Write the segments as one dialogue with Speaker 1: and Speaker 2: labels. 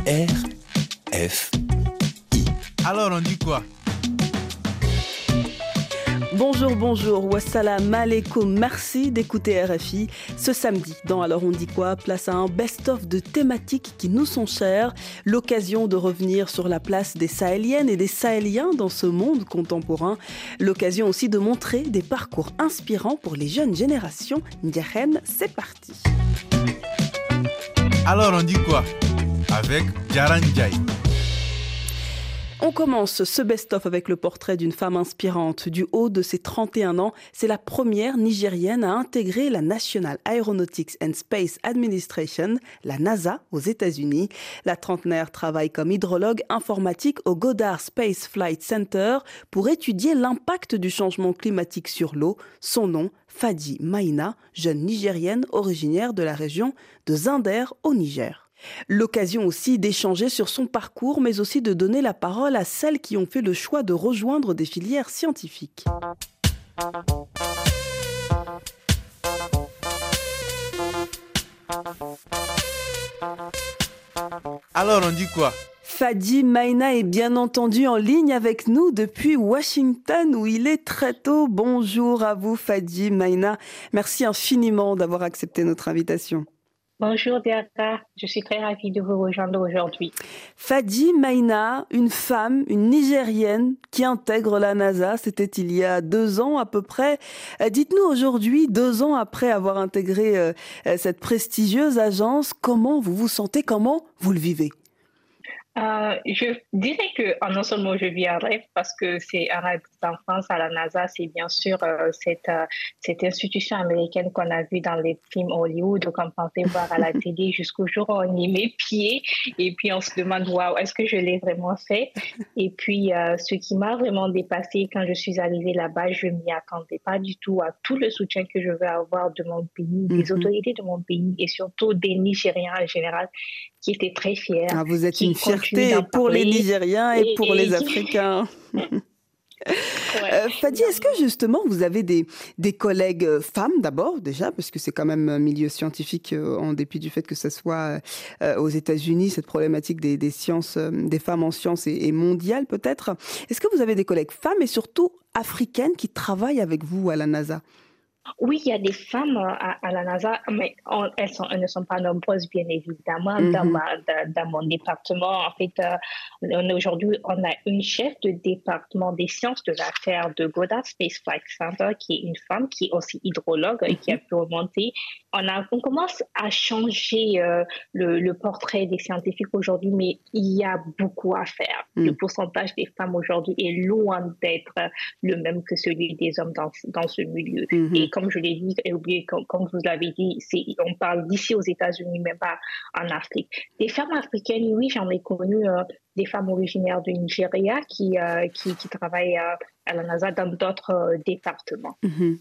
Speaker 1: RFI.
Speaker 2: Alors on dit quoi?
Speaker 3: Bonjour, wassalam alaikum, merci d'écouter RFI. Ce samedi, dans Alors on dit quoi, place à un best-of de thématiques qui nous sont chères, l'occasion de revenir sur la place des Sahéliennes et des Sahéliens dans ce monde contemporain, l'occasion aussi de montrer des parcours inspirants pour les jeunes générations. Ndiahen, c'est parti.
Speaker 2: Alors on dit quoi? Avec Jaran Jai.
Speaker 3: On commence ce best-of avec le portrait d'une femme inspirante. Du haut de ses 31 ans, c'est la première Nigérienne à intégrer la National Aeronautics and Space Administration, la NASA, aux États-Unis. La trentenaire travaille comme hydrologue informatique au Goddard Space Flight Center pour étudier l'impact du changement climatique sur l'eau. Son nom, Fadi Maina, jeune Nigérienne originaire de la région de Zinder au Niger. L'occasion aussi d'échanger sur son parcours, mais aussi de donner la parole à celles qui ont fait le choix de rejoindre des filières scientifiques.
Speaker 2: Alors on dit quoi?
Speaker 3: Fadi Maina est bien entendu en ligne avec nous depuis Washington où il est très tôt. Bonjour à vous Fadi Maina. Merci infiniment d'avoir accepté notre invitation.
Speaker 4: Bonjour Diaka, je suis très ravie de vous rejoindre aujourd'hui.
Speaker 3: Fadi Maina, une femme, une Nigérienne qui intègre la NASA, c'était il y a 2 ans à peu près. Dites-nous aujourd'hui, 2 ans après avoir intégré cette prestigieuse agence, comment vous vous sentez, comment vous le vivez ?
Speaker 4: Je dirais que non seulement je vis un rêve parce que c'est un rêve d'enfance à la NASA, c'est bien sûr cette institution américaine qu'on a vue dans les films Hollywood qu'on pensait voir à la télé jusqu'au jour où on y met pied et puis on se demande waouh, est-ce que je l'ai vraiment fait? Et puis ce qui m'a vraiment dépassée quand je suis arrivée là-bas, je m'y attendais pas du tout à tout le soutien que je veux avoir de mon pays, des autorités de mon pays et surtout des Nigériens en général qui étaient très fiers.
Speaker 3: Ah, vous êtes une fierté pour les Nigériens et pour les Africains. Fadi, est-ce que justement vous avez des collègues femmes d'abord déjà, parce que c'est quand même un milieu scientifique en dépit du fait que ce soit aux États-Unis, cette problématique des sciences, des femmes en sciences est mondiale peut-être. Est-ce que vous avez des collègues femmes et surtout africaines qui travaillent avec vous à la NASA ?
Speaker 4: Oui, il y a des femmes à la NASA, mais elles ne sont pas nombreuses, bien évidemment. Dans mon département, en fait, aujourd'hui, on a une chef de département des sciences de la Terre de Goddard Space Flight Center, qui est une femme, qui est aussi hydrologue et qui a pu remonter. On commence à changer le portrait des scientifiques aujourd'hui, mais il y a beaucoup à faire. Le pourcentage des femmes aujourd'hui est loin d'être le même que celui des hommes dans ce milieu. Et comme je l'ai dit et oublié, comme vous l'avez dit, on parle d'ici aux États-Unis, mais pas en Afrique. Des femmes africaines, oui, j'en ai connu des femmes originaires du Nigeria qui travaillent à la NASA dans d'autres départements.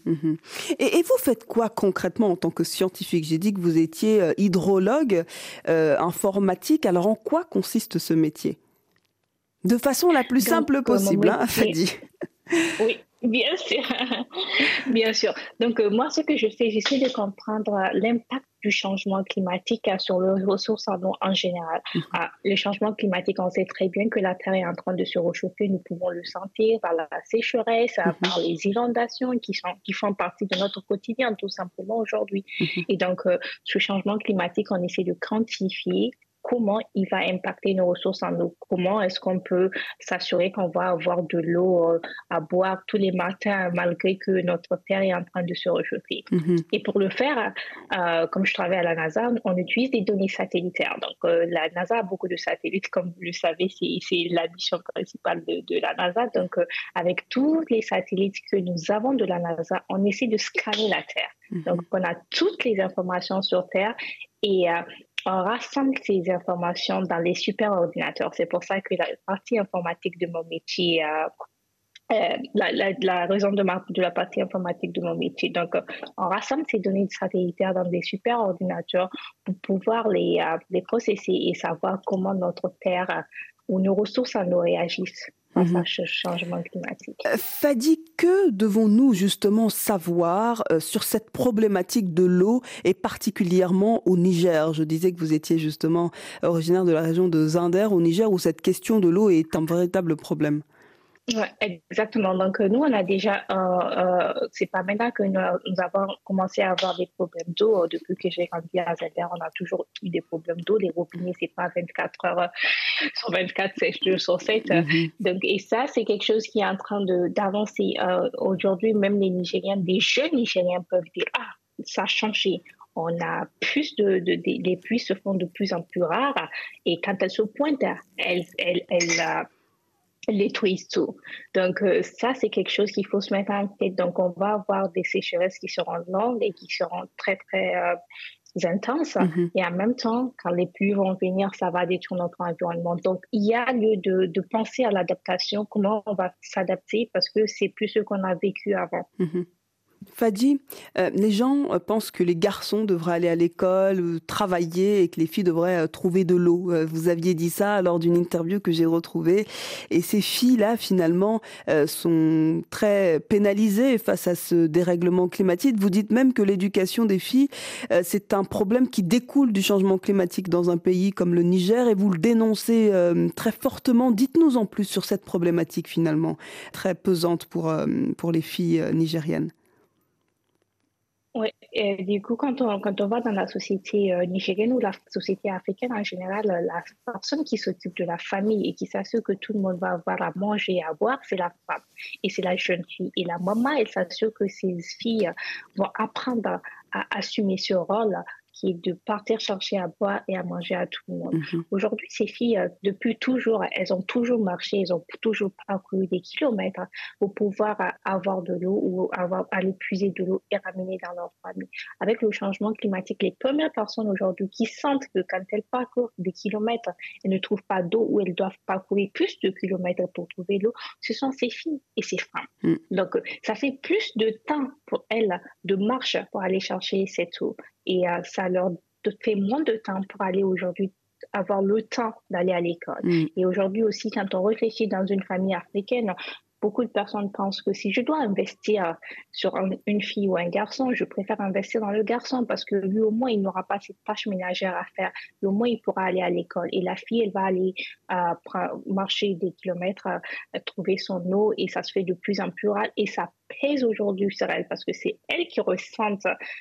Speaker 3: Et vous faites quoi concrètement en tant que scientifique ? J'ai dit que vous étiez hydrologue informatique. Alors en quoi consiste ce métier ? De façon la plus simple possible, Fadi.
Speaker 4: Oui. Bien sûr, bien sûr. Donc, moi, ce que je fais, j'essaie de comprendre l'impact du changement climatique sur les ressources en eau en général. Le changement climatique, on sait très bien que la Terre est en train de se réchauffer. Nous pouvons le sentir par la sécheresse, par les inondations qui font partie de notre quotidien, tout simplement aujourd'hui. Et donc, ce changement climatique, on essaie de quantifier comment il va impacter nos ressources en eau, comment est-ce qu'on peut s'assurer qu'on va avoir de l'eau à boire tous les matins malgré que notre terre est en train de se réchauffer. Et pour le faire, comme je travaille à la NASA, on utilise des données satellitaires. Donc la NASA a beaucoup de satellites, comme vous le savez, c'est la mission principale de la NASA. Donc avec tous les satellites que nous avons de la NASA, on essaie de scanner la Terre. Donc on a toutes les informations sur Terre et on rassemble ces informations dans les superordinateurs. C'est pour ça que la partie informatique de mon métier, la raison de la partie informatique de mon métier. Donc, on rassemble ces données satellitaires dans des superordinateurs pour pouvoir les processer et savoir comment notre Terre ou nos ressources en eau réagissent. face à ce changement climatique.
Speaker 3: Fadi, que devons-nous justement savoir sur cette problématique de l'eau et particulièrement au Niger? Je disais que vous étiez justement originaire de la région de Zinder au Niger où cette question de l'eau est un véritable problème.
Speaker 4: Ouais, exactement. Donc, nous, on a déjà, c'est pas maintenant que nous avons commencé à avoir des problèmes d'eau. Depuis que j'ai grandi à Zender, on a toujours eu des problèmes d'eau. Les robinets, c'est pas 24 heures sur 24, 7 jours sur 7. Donc, et ça, c'est quelque chose qui est en train d'avancer. Aujourd'hui, même les Nigériens, des jeunes Nigériens peuvent dire, ah, ça a changé. On a les pluies se font de plus en plus rares. Et quand elles se pointent, elles détruisent tout. Donc, ça, c'est quelque chose qu'il faut se mettre en tête. Donc, on va avoir des sécheresses qui seront longues et qui seront très, très intenses. Et en même temps, quand les pluies vont venir, ça va détruire notre environnement. Donc, il y a lieu de penser à l'adaptation, comment on va s'adapter, parce que c'est plus ce qu'on a vécu avant.
Speaker 3: Fadi, les gens pensent que les garçons devraient aller à l'école, travailler et que les filles devraient trouver de l'eau. Vous aviez dit ça lors d'une interview que j'ai retrouvée. Et ces filles-là, finalement, sont très pénalisées face à ce dérèglement climatique. Vous dites même que l'éducation des filles, c'est un problème qui découle du changement climatique dans un pays comme le Niger et vous le dénoncez très fortement. Dites-nous en plus sur cette problématique, finalement, très pesante pour les filles nigériennes.
Speaker 4: Oui, et du coup, quand on va dans la société nigérienne ou la société africaine en général, la personne qui s'occupe de la famille et qui s'assure que tout le monde va avoir à manger et à boire, c'est la femme. Et c'est la jeune fille. Et la maman, elle s'assure que ses filles vont apprendre à assumer ce rôle qui est de partir chercher à boire et à manger à tout le monde. Aujourd'hui, ces filles, depuis toujours, elles ont toujours marché, elles ont toujours parcouru des kilomètres pour pouvoir avoir de l'eau ou aller puiser de l'eau et ramener dans leur famille. Avec le changement climatique, les premières personnes aujourd'hui qui sentent que quand elles parcourent des kilomètres, elles ne trouvent pas d'eau ou elles doivent parcourir plus de kilomètres pour trouver l'eau, ce sont ces filles et ces femmes. Donc, ça fait plus de temps pour elles de marche pour aller chercher cette eau. Et ça leur fait moins de temps pour aller aujourd'hui avoir le temps d'aller à l'école. Et aujourd'hui aussi, quand on réfléchit dans une famille africaine, beaucoup de personnes pensent que si je dois investir sur une fille ou un garçon, je préfère investir dans le garçon parce que lui, au moins, il n'aura pas cette tâche ménagère à faire. Lui, au moins, il pourra aller à l'école. Et la fille, elle va aller marcher des kilomètres, trouver son eau et ça se fait de plus en plus rare. Et ça pèse aujourd'hui sur elle parce que c'est elle qui ressent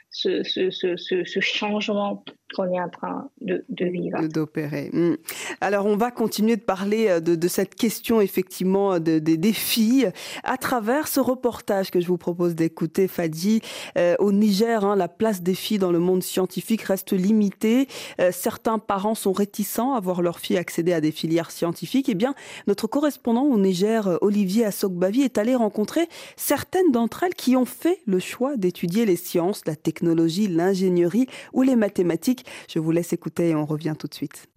Speaker 4: ce changement qu'on est en train de vivre.
Speaker 3: D'opérer. Alors, on va continuer de parler de cette question, effectivement, des défis à travers ce reportage que je vous propose d'écouter, Fadi. Au Niger, la place des filles dans le monde scientifique reste limitée. Certains parents sont réticents à voir leurs filles accéder à des filières scientifiques. Eh bien, notre correspondant au Niger, Olivier Assogbavi, est allé rencontrer certaines d'entre elles qui ont fait le choix d'étudier les sciences, la technologie, l'ingénierie ou les mathématiques. Je vous laisse écouter et on revient tout de suite.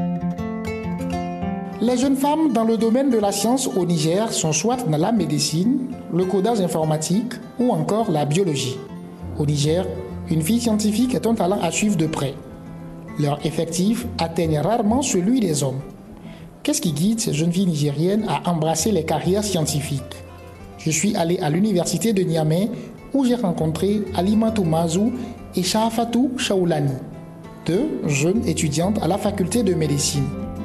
Speaker 1: Les jeunes femmes dans le domaine de la science au Niger sont soit dans la médecine, le codage informatique ou encore la biologie. Au Niger, une fille scientifique est un talent à suivre de près. Leur effectif atteigne rarement celui des hommes. Qu'est-ce qui guide ces jeunes filles nigériennes à embrasser les carrières scientifiques ? Je suis allé à l'université de Niamey où j'ai rencontré Alimatou Mazou et Shahafatou Shaoulani, deux jeunes étudiantes à la faculté de médecine.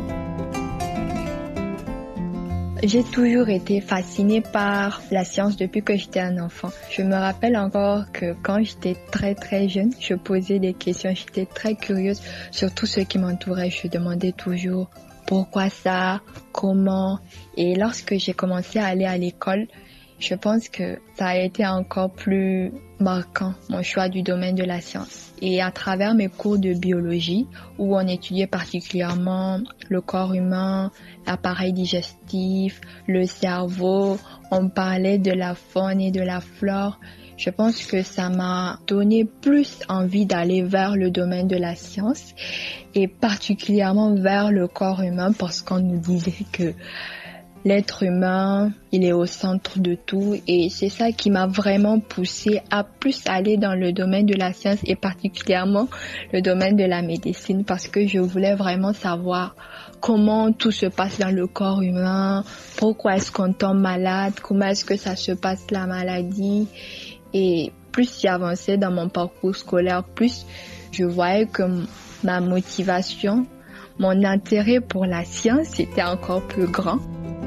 Speaker 5: J'ai toujours été fascinée par la science depuis que j'étais un enfant. Je me rappelle encore que quand j'étais très très jeune, je posais des questions, j'étais très curieuse sur tout ce qui m'entourait. Je demandais toujours pourquoi ça, comment. Et lorsque j'ai commencé à aller à l'école, je pense que ça a été encore plus marquant, mon choix du domaine de la science. Et à travers mes cours de biologie, où on étudiait particulièrement le corps humain, l'appareil digestif, le cerveau, on parlait de la faune et de la flore. Je pense que ça m'a donné plus envie d'aller vers le domaine de la science et particulièrement vers le corps humain parce qu'on nous disait que l'être humain, il est au centre de tout et c'est ça qui m'a vraiment poussée à plus aller dans le domaine de la science et particulièrement le domaine de la médecine parce que je voulais vraiment savoir comment tout se passe dans le corps humain, pourquoi est-ce qu'on tombe malade, comment est-ce que ça se passe la maladie. Et plus j'avançais dans mon parcours scolaire, plus je voyais que ma motivation, mon intérêt pour la science était encore plus grand.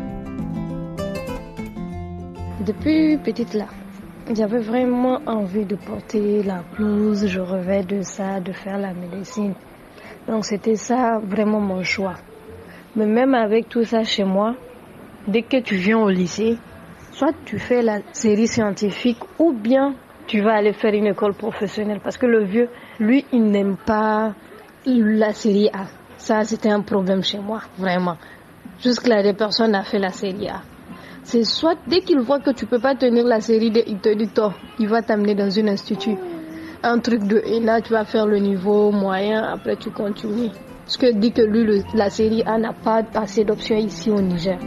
Speaker 6: Depuis petite là, j'avais vraiment envie de porter la blouse, je rêvais de ça, de faire la médecine. Donc c'était ça vraiment mon choix. Mais même avec tout ça chez moi, dès que tu viens au lycée, soit tu fais la série scientifique ou bien tu vas aller faire une école professionnelle. Parce que le vieux, lui, il n'aime pas la série A. Ça, c'était un problème chez moi, vraiment. Jusque-là, des personnes ont fait la série A. C'est soit dès qu'il voit que tu peux pas tenir la série D, il te dit toi, il va t'amener dans un institut. Un truc de et là tu vas faire le niveau moyen, après tu continues. Ce que dit que lui, la série A n'a pas assez d'options ici au Niger.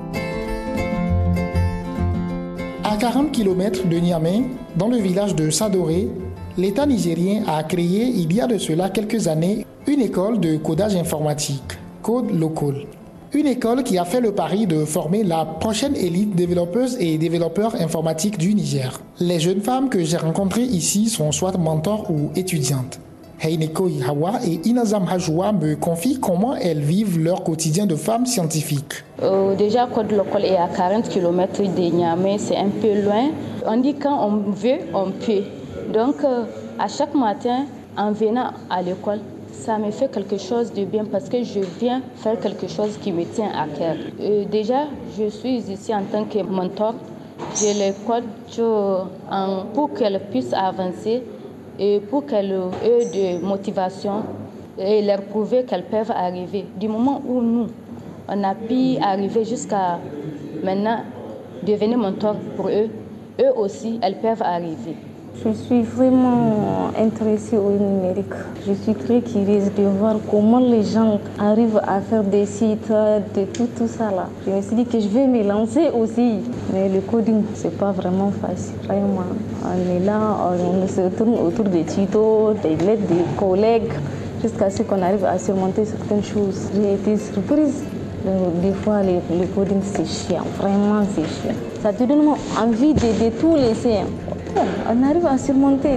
Speaker 1: À 40 km de Niamey, dans le village de Sadoré, l'État nigérien a créé il y a de cela quelques années une école de codage informatique, Code Local. Une école qui a fait le pari de former la prochaine élite développeuses et développeurs informatiques du Niger. Les jeunes femmes que j'ai rencontrées ici sont soit mentors ou étudiantes. Heineko Ihawa et Inazam Hajoua me confient comment elles vivent leur quotidien de femmes scientifiques.
Speaker 7: Déjà, Code Local est à 40 km de Niamey, c'est un peu loin. On dit quand on veut, on peut. Donc, à chaque matin, en venant à l'école, ça me fait quelque chose de bien parce que je viens faire quelque chose qui me tient à cœur. Déjà, je suis ici en tant que mentor. Je les coach pour qu'elles puissent avancer et pour qu'elles aient de motivation et leur prouver qu'elles peuvent arriver. Du moment où nous, on a pu arriver jusqu'à maintenant, devenir mentor pour eux, eux aussi, elles peuvent arriver.
Speaker 8: Je suis vraiment intéressée au numérique. Je suis très curieuse de voir comment les gens arrivent à faire des sites, de tout ça là. Je me suis dit que je vais me lancer aussi. Mais le coding, c'est pas vraiment facile. Vraiment, on est là, on se tourne autour des tutos, des lettres des collègues, jusqu'à ce qu'on arrive à surmonter certaines choses. J'ai été surprise. Des fois, le coding, c'est chiant. Vraiment, c'est chiant. Ça te donne envie de tout laisser. On arrive à surmonter.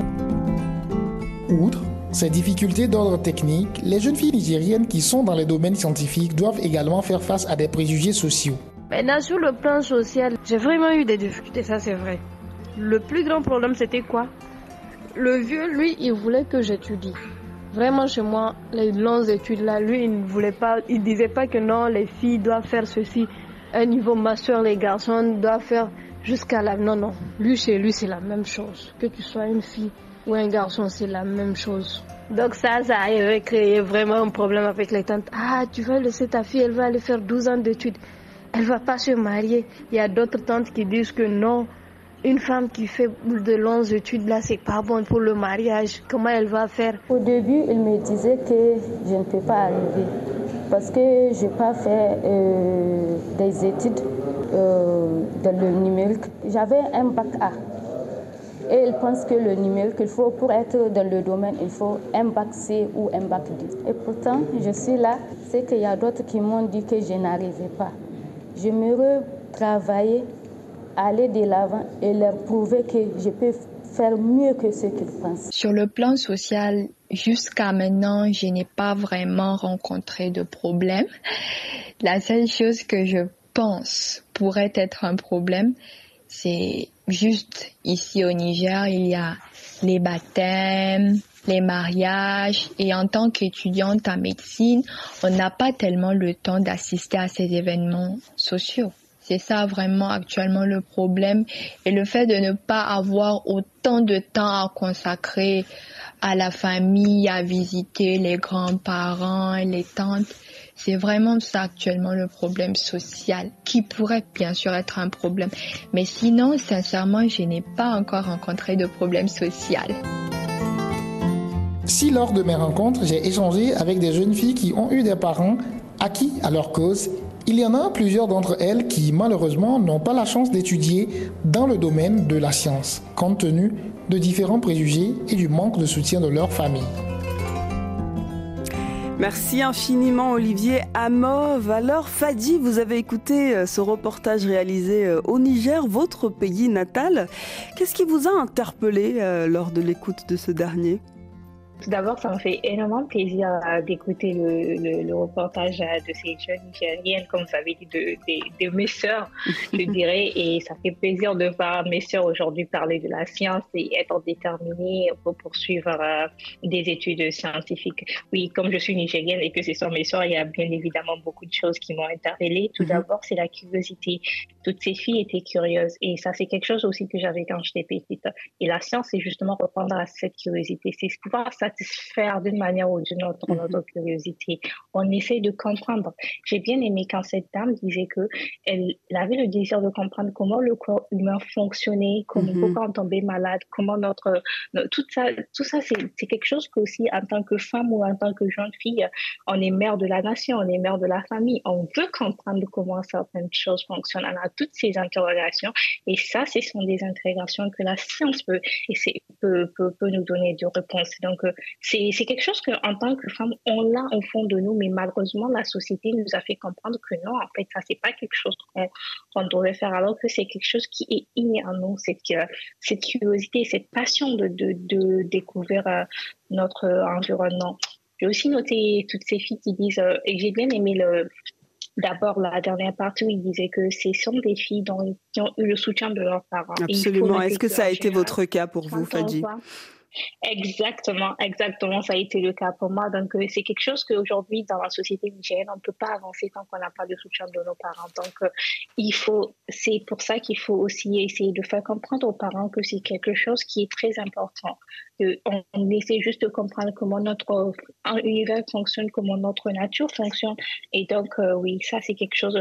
Speaker 1: Outre ces difficultés d'ordre technique, les jeunes filles nigériennes qui sont dans les domaines scientifiques doivent également faire face à des préjugés sociaux.
Speaker 6: Maintenant, sur le plan social, j'ai vraiment eu des difficultés, ça c'est vrai. Le plus grand problème, c'était quoi? Le vieux, lui, il voulait que j'étudie. Vraiment, chez moi, les longues études là, lui, il ne voulait pas, il disait pas que non, les filles doivent faire ceci. Un niveau master, les garçons doivent faire jusqu'à la... Non. Lui, chez lui, c'est la même chose. Que tu sois une fille ou un garçon, c'est la même chose. Donc ça avait créé vraiment un problème avec les tantes. Ah, tu vas laisser ta fille, elle va aller faire 12 ans d'études. Elle va pas se marier. Il y a d'autres tantes qui disent que non, une femme qui fait de longues études, là, c'est pas bon pour le mariage. Comment elle va faire?
Speaker 7: Au début, il me disait que je ne peux pas arriver parce que je n'ai pas fait des études dans le numérique. J'avais un bac A. Et il pense que le numérique, il faut, pour être dans le domaine, il faut un bac C ou un bac D. Et pourtant, je suis là, c'est qu'il y a d'autres qui m'ont dit que je n'arrivais pas. J'aimerais travailler, aller de l'avant et leur prouver que je peux faire mieux que ce qu'ils pensent.
Speaker 5: Sur le plan social, jusqu'à maintenant, je n'ai pas vraiment rencontré de problème. La seule chose que je pense pourrait être un problème, c'est juste ici au Niger, il y a les baptêmes, les mariages, et en tant qu'étudiante en médecine, on n'a pas tellement le temps d'assister à ces événements sociaux. C'est ça vraiment actuellement le problème, et le fait de ne pas avoir autant de temps à consacrer à la famille, à visiter les grands-parents, les tantes, c'est vraiment ça actuellement le problème social, qui pourrait bien sûr être un problème. Mais sinon, sincèrement, je n'ai pas encore rencontré de problème social.
Speaker 1: Si lors de mes rencontres, j'ai échangé avec des jeunes filles qui ont eu des parents acquis à leur cause, Il y en a plusieurs d'entre elles qui, malheureusement, n'ont pas la chance d'étudier dans le domaine de la science, compte tenu de différents préjugés et du manque de soutien de leur famille.
Speaker 3: Merci infiniment Olivier Amov. Alors Fadi, vous avez écouté ce reportage réalisé au Niger, votre pays natal. Qu'est-ce qui vous a interpellé lors de l'écoute de ce dernier ?
Speaker 4: Tout d'abord, ça me fait énormément plaisir d'écouter le reportage de ces jeunes Nigériennes, comme vous avez dit, de mes sœurs, je dirais. Et ça fait plaisir de voir mes sœurs aujourd'hui parler de la science et être déterminées pour poursuivre des études scientifiques. Oui, comme je suis nigérienne et que ce sont mes sœurs, il y a bien évidemment beaucoup de choses qui m'ont interpellée. Tout d'abord, c'est la curiosité. Toutes ces filles étaient curieuses. Et ça, c'est quelque chose aussi que j'avais quand j'étais petite. Et la science, c'est justement répondre à cette curiosité. C'est pouvoir satisfaire d'une manière ou d'une autre notre curiosité. On essaie de comprendre. J'ai bien aimé quand cette dame disait qu'elle avait le désir de comprendre comment le corps humain fonctionnait, pourquoi on tombait malade, comment tout ça c'est quelque chose que aussi en tant que femme ou en tant que jeune fille, on est mère de la nation, on est mère de la famille. On veut comprendre comment certaines choses fonctionnent. On a toutes ces interrogations et ça, ce sont des interrogations que la science peut nous donner des réponses. Donc, c'est quelque chose qu'en tant que femme, on l'a au fond de nous, mais malheureusement, la société nous a fait comprendre que non, en fait, ça, c'est pas quelque chose qu'on devrait faire, alors que c'est quelque chose qui est inné en nous, cette curiosité, cette passion de découvrir notre environnement. J'ai aussi noté toutes ces filles qui disent, et j'ai bien aimé d'abord, la dernière partie où il disait que ce sont des filles qui ont eu le soutien de leurs parents.
Speaker 3: Absolument. Est-ce que ça a été votre cas pour vous, Fadi ?
Speaker 4: Exactement, ça a été le cas pour moi. Donc, c'est quelque chose qu'aujourd'hui, dans la société nigérienne, on ne peut pas avancer tant qu'on n'a pas de soutien de nos parents. Donc, c'est pour ça qu'il faut aussi essayer de faire comprendre aux parents que c'est quelque chose qui est très important. On essaie juste de comprendre comment notre univers fonctionne, comment notre nature fonctionne. Et donc, oui, ça, c'est quelque chose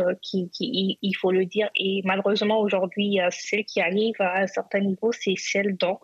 Speaker 4: il faut le dire. Et malheureusement, aujourd'hui, celles qui arrivent à un certain niveau, c'est celles dont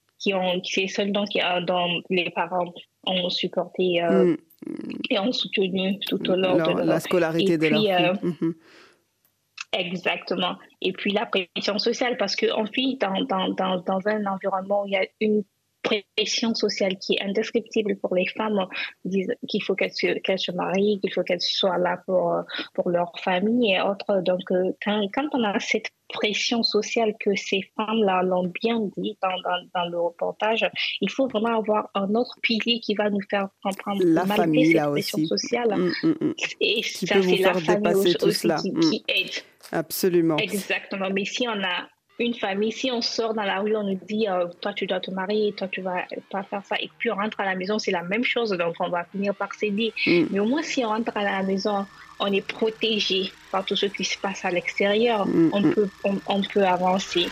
Speaker 4: les parents ont supporté et ont soutenu tout au long de
Speaker 3: la scolarité de leur fille.
Speaker 4: Exactement. Et puis la pression sociale, parce qu'on vit dans un environnement où il y a une pression sociale qui est indescriptible pour les femmes, disent qu'il faut qu'elles se marient, qu'il faut qu'elles soient là pour leur famille et autres. Donc, quand on a cette pression sociale que ces femmes-là l'ont bien dit dans le reportage, il faut vraiment avoir un autre pilier qui va nous faire comprendre
Speaker 3: la famille,
Speaker 4: cette
Speaker 3: là
Speaker 4: pression
Speaker 3: aussi.
Speaker 4: Sociale.
Speaker 3: Et qui peut vous faire dépasser tout cela.
Speaker 4: Qui aide.
Speaker 3: Absolument.
Speaker 4: Exactement. Mais si on a une famille, si on sort dans la rue, on nous dit toi tu dois te marier, toi tu vas pas faire ça, et puis on rentre à la maison, c'est la même chose, donc on va finir par céder. Mais au moins si on rentre à la maison, on est protégé par tout ce qui se passe à l'extérieur, on peut avancer.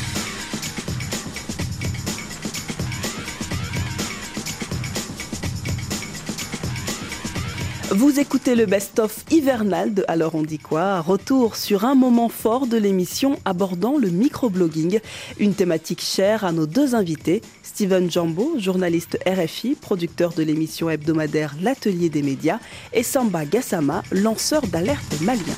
Speaker 3: Vous écoutez le best-of hivernal de Alors on dit quoi ? Retour sur un moment fort de l'émission abordant le microblogging, une thématique chère à nos deux invités, Steven Jambo, journaliste RFI, producteur de l'émission hebdomadaire L'Atelier des médias, et Samba Gassama, lanceur d'alerte malien.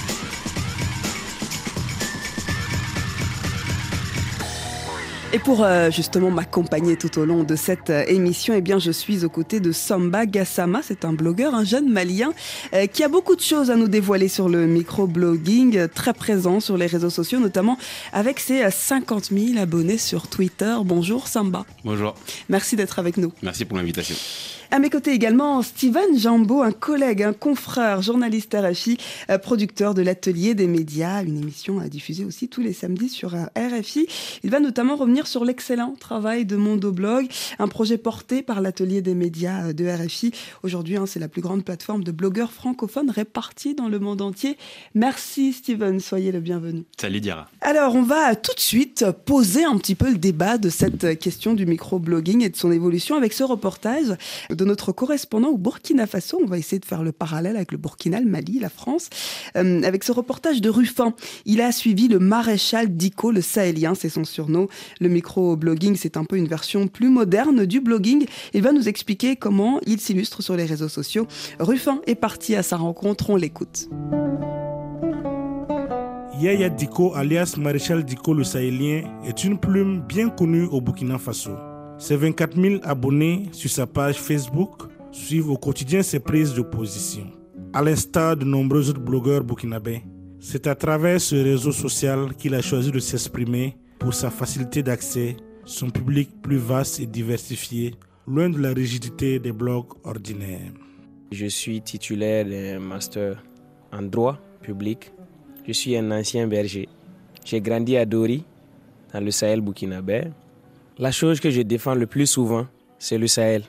Speaker 3: Et pour justement m'accompagner tout au long de cette émission, eh bien, je suis aux côtés de Samba Gassama. C'est un blogueur, un jeune malien qui a beaucoup de choses à nous dévoiler sur le microblogging, très présent sur les réseaux sociaux, notamment avec ses 50 000 abonnés sur Twitter. Bonjour Samba.
Speaker 9: Bonjour.
Speaker 3: Merci d'être avec nous.
Speaker 9: Merci pour l'invitation.
Speaker 3: À mes côtés également, Steven Jambo, un collègue, un confrère, journaliste RFI, producteur de l'Atelier des médias, une émission à diffuser aussi tous les samedis sur RFI. Il va notamment revenir sur l'excellent travail de Mondoblog, un projet porté par l'Atelier des médias de RFI. Aujourd'hui, c'est la plus grande plateforme de blogueurs francophones répartis dans le monde entier. Merci Steven, soyez le bienvenu.
Speaker 9: Salut Diara.
Speaker 3: Alors, on va tout de suite poser un petit peu le débat de cette question du microblogging et de son évolution avec ce reportage de notre correspondant au Burkina Faso. On va essayer de faire le parallèle avec le Burkina, le Mali, la France, avec ce reportage de Ruffin. Il a suivi le maréchal Dicko, le sahélien, c'est son surnom. Le microblogging, c'est un peu une version plus moderne du blogging. Il va nous expliquer comment il s'illustre sur les réseaux sociaux. Ruffin est parti à sa rencontre, on l'écoute.
Speaker 9: Yaya Diko, alias Maréchal Diko le Sahélien, est une plume bien connue au Burkina Faso. Ses 24 000 abonnés sur sa page Facebook suivent au quotidien ses prises de position. À l'instar de nombreux autres blogueurs burkinabés, c'est à travers ce réseau social qu'il a choisi de s'exprimer pour sa facilité d'accès, son public plus vaste et diversifié, loin de la rigidité des blogs ordinaires.
Speaker 10: Je suis titulaire d'un master en droit public. Je suis un ancien berger. J'ai grandi à Dori, dans le Sahel burkinabé. La chose que je défends le plus souvent, c'est le Sahel.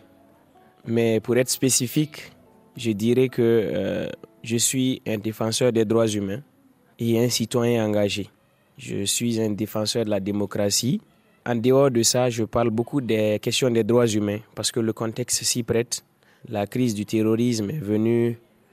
Speaker 10: Mais pour être spécifique, je dirais que je suis un défenseur des droits humains et un citoyen engagé. Je suis un défenseur de la démocratie. En dehors de ça, je parle beaucoup des questions des droits humains parce que le contexte s'y prête. La crise du terrorisme est venue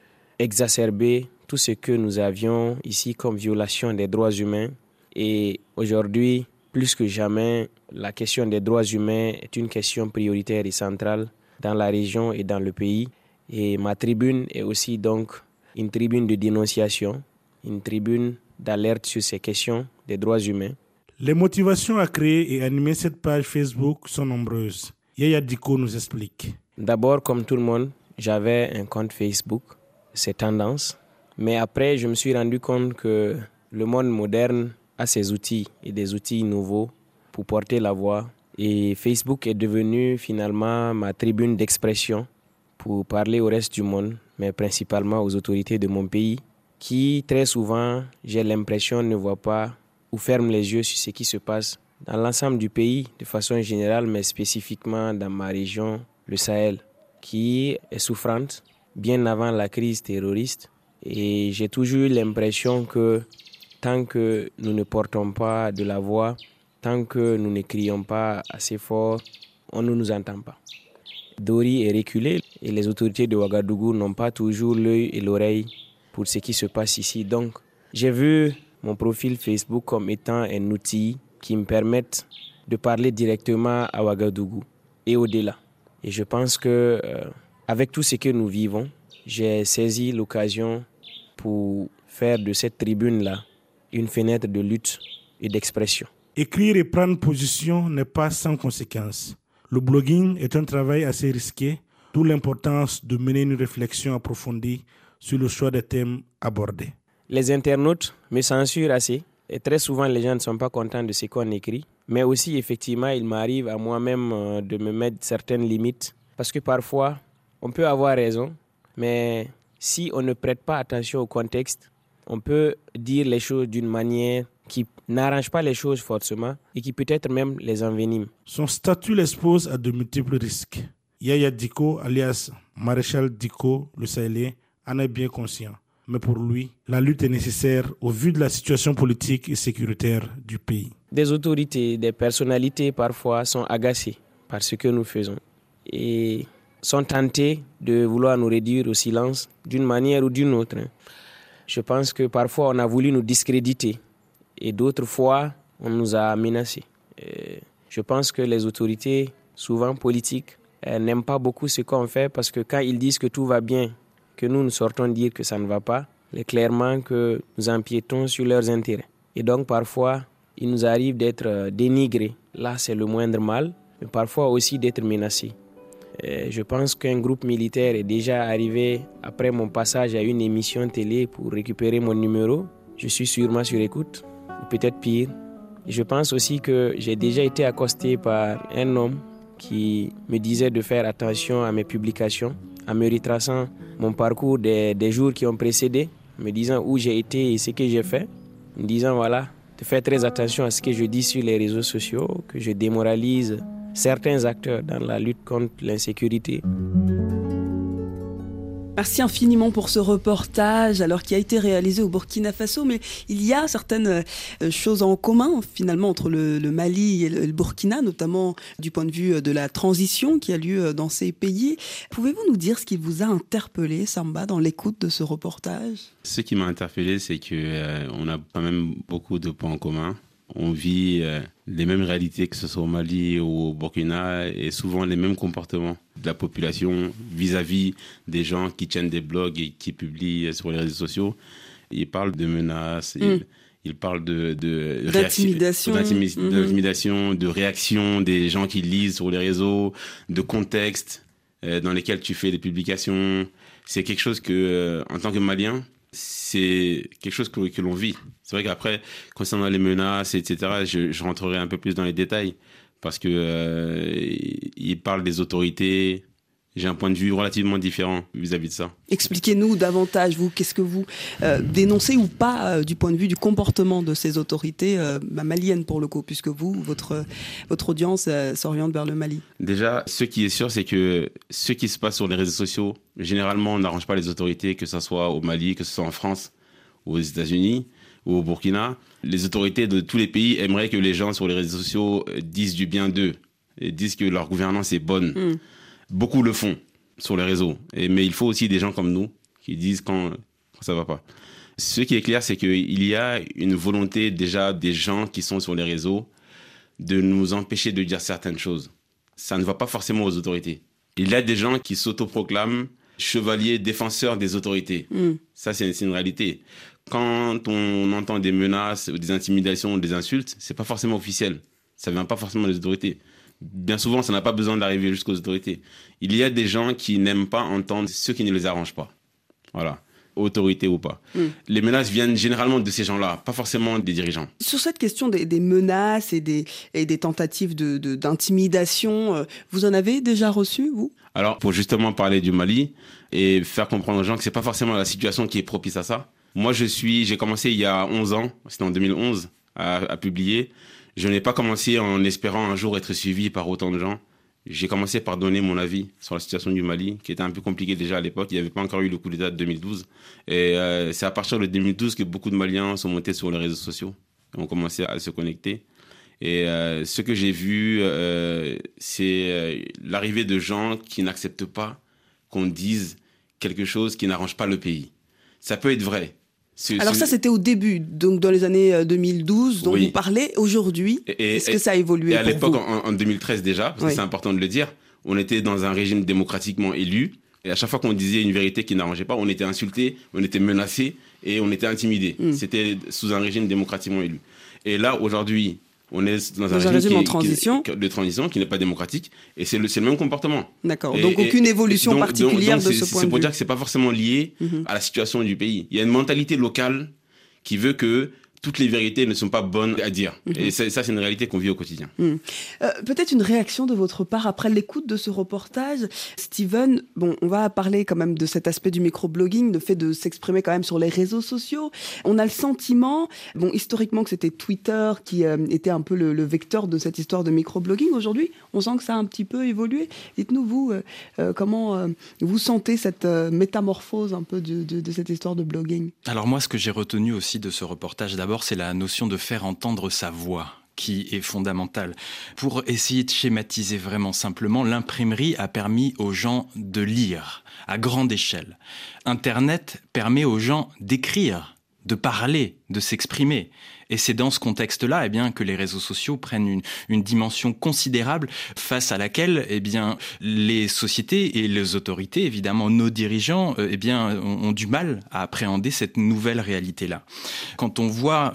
Speaker 10: exacerber tout ce que nous avions ici comme violation des droits humains. Et aujourd'hui, plus que jamais, la question des droits humains est une question prioritaire et centrale dans la région et dans le pays. Et ma tribune est aussi donc une tribune de dénonciation, une tribune d'alerte sur ces questions des droits humains.
Speaker 9: Les motivations à créer et animer cette page Facebook sont nombreuses. Yaya Diko nous explique.
Speaker 10: D'abord, comme tout le monde, j'avais un compte Facebook, c'est tendance. Mais après, je me suis rendu compte que le monde moderne a ses outils et des outils nouveaux pour porter la voix. Et Facebook est devenu finalement ma tribune d'expression pour parler au reste du monde, mais principalement aux autorités de mon pays, qui très souvent, j'ai l'impression, ne voient pas ou ferment les yeux sur ce qui se passe dans l'ensemble du pays de façon générale, mais spécifiquement dans ma région, le Sahel, qui est souffrante bien avant la crise terroriste. Et j'ai toujours eu l'impression que tant que nous ne portons pas de la voix, tant que nous ne crions pas assez fort, on ne nous entend pas. Dori est reculé et les autorités de Ouagadougou n'ont pas toujours l'œil et l'oreille pour ce qui se passe ici. Donc, j'ai vu mon profil Facebook comme étant un outil qui me permette de parler directement à Ouagadougou et au-delà. Et je pense que avec tout ce que nous vivons, j'ai saisi l'occasion pour faire de cette tribune-là une fenêtre de lutte et d'expression.
Speaker 9: Écrire et prendre position n'est pas sans conséquences. Le blogging est un travail assez risqué, d'où l'importance de mener une réflexion approfondie sur le choix des thèmes abordés.
Speaker 10: Les internautes me censurent assez et très souvent les gens ne sont pas contents de ce qu'on écrit. Mais aussi effectivement, il m'arrive à moi-même de me mettre certaines limites parce que parfois, on peut avoir raison, mais si on ne prête pas attention au contexte, on peut dire les choses d'une manière qui n'arrange pas les choses forcément et qui peut-être même les envenime.
Speaker 9: Son statut l'expose à de multiples risques. Yaya Diko, alias Maréchal Diko, le Sahélien, en est bien conscient. Mais pour lui, la lutte est nécessaire au vu de la situation politique et sécuritaire du pays.
Speaker 10: Des autorités, des personnalités parfois sont agacées par ce que nous faisons et sont tentés de vouloir nous réduire au silence d'une manière ou d'une autre. Je pense que parfois on a voulu nous discréditer et d'autres fois on nous a menacés. Je pense que les autorités, souvent politiques, n'aiment pas beaucoup ce qu'on fait parce que quand ils disent que tout va bien, que nous sortons dire que ça ne va pas, c'est clairement que nous empiétons sur leurs intérêts. Et donc parfois, il nous arrive d'être dénigrés. Là, c'est le moindre mal, mais parfois aussi d'être menacés. Je pense qu'un groupe militaire est déjà arrivé après mon passage à une émission télé pour récupérer mon numéro. Je suis sûrement sur écoute, ou peut-être pire. Et je pense aussi que j'ai déjà été accosté par un homme qui me disait de faire attention à mes publications, en me retraçant mon parcours des jours qui ont précédé, me disant où j'ai été et ce que j'ai fait, me disant voilà, de faire très attention à ce que je dis sur les réseaux sociaux, que je démoralise certains acteurs dans la lutte contre l'insécurité.
Speaker 3: Merci infiniment pour ce reportage, alors qui a été réalisé au Burkina Faso, mais il y a certaines choses en commun finalement entre le Mali et le Burkina, notamment du point de vue de la transition qui a lieu dans ces pays. Pouvez-vous nous dire ce qui vous a interpellé, Samba, dans l'écoute de ce reportage ?
Speaker 11: Ce qui m'a interpellé, c'est qu'on a quand même beaucoup de points en commun. On vit les mêmes réalités, que ce soit au Mali ou au Burkina, et souvent les mêmes comportements de la population vis-à-vis des gens qui tiennent des blogs et qui publient sur les réseaux sociaux. Ils parlent de menaces, Il parle
Speaker 3: d'intimidation,
Speaker 11: de réaction des gens qui lisent sur les réseaux, de contexte dans lesquels tu fais des publications. C'est quelque chose que, en tant que Malien, c'est quelque chose que l'on vit. C'est vrai qu'après, concernant les menaces, etc., je rentrerai un peu plus dans les détails parce que il parle des autorités. J'ai un point de vue relativement différent vis-à-vis de ça.
Speaker 3: Expliquez-nous davantage, vous, qu'est-ce que vous dénoncez ou pas du point de vue du comportement de ces autorités maliennes pour le coup, puisque vous, votre audience s'oriente vers le Mali.
Speaker 11: Déjà, ce qui est sûr, c'est que ce qui se passe sur les réseaux sociaux, généralement, on n'arrange pas les autorités, que ce soit au Mali, que ce soit en France, ou aux États-Unis, ou au Burkina. Les autorités de tous les pays aimeraient que les gens sur les réseaux sociaux disent du bien d'eux, et disent que leur gouvernance est bonne. Beaucoup le font sur les réseaux. Mais il faut aussi des gens comme nous qui disent quand ça va pas. Ce qui est clair, c'est qu'il y a une volonté déjà des gens qui sont sur les réseaux de nous empêcher de dire certaines choses. Ça ne va pas forcément aux autorités. Il y a des gens qui s'autoproclament chevaliers défenseurs des autorités. Ça, c'est une réalité. Quand on entend des menaces, des intimidations, des insultes, c'est pas forcément officiel. Ça vient pas forcément des autorités. Bien souvent, ça n'a pas besoin d'arriver jusqu'aux autorités. Il y a des gens qui n'aiment pas entendre ce qui ne les arrange pas. Voilà. Autorité ou pas. Les menaces viennent généralement de ces gens-là, pas forcément des dirigeants.
Speaker 3: Sur cette question des menaces et des tentatives d'intimidation, vous en avez déjà reçu, vous ?
Speaker 11: Alors, pour justement parler du Mali et faire comprendre aux gens que c'est pas forcément la situation qui est propice à ça. Moi, j'ai commencé il y a 11 ans, c'était en 2011, à publier. Je n'ai pas commencé en espérant un jour être suivi par autant de gens. J'ai commencé par donner mon avis sur la situation du Mali, qui était un peu compliquée déjà à l'époque. Il n'y avait pas encore eu le coup d'État de 2012. Et c'est à partir de 2012 que beaucoup de Maliens sont montés sur les réseaux sociaux et ont commencé à se connecter. Et ce que j'ai vu, c'est l'arrivée de gens qui n'acceptent pas qu'on dise quelque chose qui n'arrange pas le pays. Ça peut être vrai.
Speaker 3: Alors ça, c'était au début, donc dans les années 2012, dont vous parlez aujourd'hui. Est-ce que ça a évolué
Speaker 11: et à l'époque, en 2013 déjà, parce que c'est important de le dire, on était dans un régime démocratiquement élu. Et à chaque fois qu'on disait une vérité qui n'arrangeait pas, on était insulté, on était menacé et on était intimidé. C'était sous un régime démocratiquement élu. Et là, aujourd'hui, on est dans un régime de transition qui n'est pas démocratique et c'est le même comportement.
Speaker 3: D'accord, donc aucune évolution particulière de ce point de vue.
Speaker 11: C'est pour dire que ce n'est pas forcément lié à la situation du pays. Il y a une mentalité locale qui veut que toutes les vérités ne sont pas bonnes à dire. Et ça, c'est une réalité qu'on vit au quotidien.
Speaker 3: Peut-être une réaction de votre part après l'écoute de ce reportage. Steven, on va parler quand même de cet aspect du microblogging, le fait de s'exprimer quand même sur les réseaux sociaux. On a le sentiment, historiquement, que c'était Twitter qui était un peu le vecteur de cette histoire de microblogging. Aujourd'hui, on sent que ça a un petit peu évolué. Dites-nous, vous, comment vous sentez cette métamorphose un peu de cette histoire de blogging ?
Speaker 12: Alors moi, ce que j'ai retenu aussi de ce reportage, d'abord, c'est la notion de faire entendre sa voix qui est fondamentale. Pour essayer de schématiser vraiment simplement, l'imprimerie a permis aux gens de lire à grande échelle. Internet permet aux gens d'écrire, de parler, de s'exprimer. Et c'est dans ce contexte-là, que les réseaux sociaux prennent une dimension considérable face à laquelle, les sociétés et les autorités, évidemment, nos dirigeants, ont du mal à appréhender cette nouvelle réalité-là. Quand on voit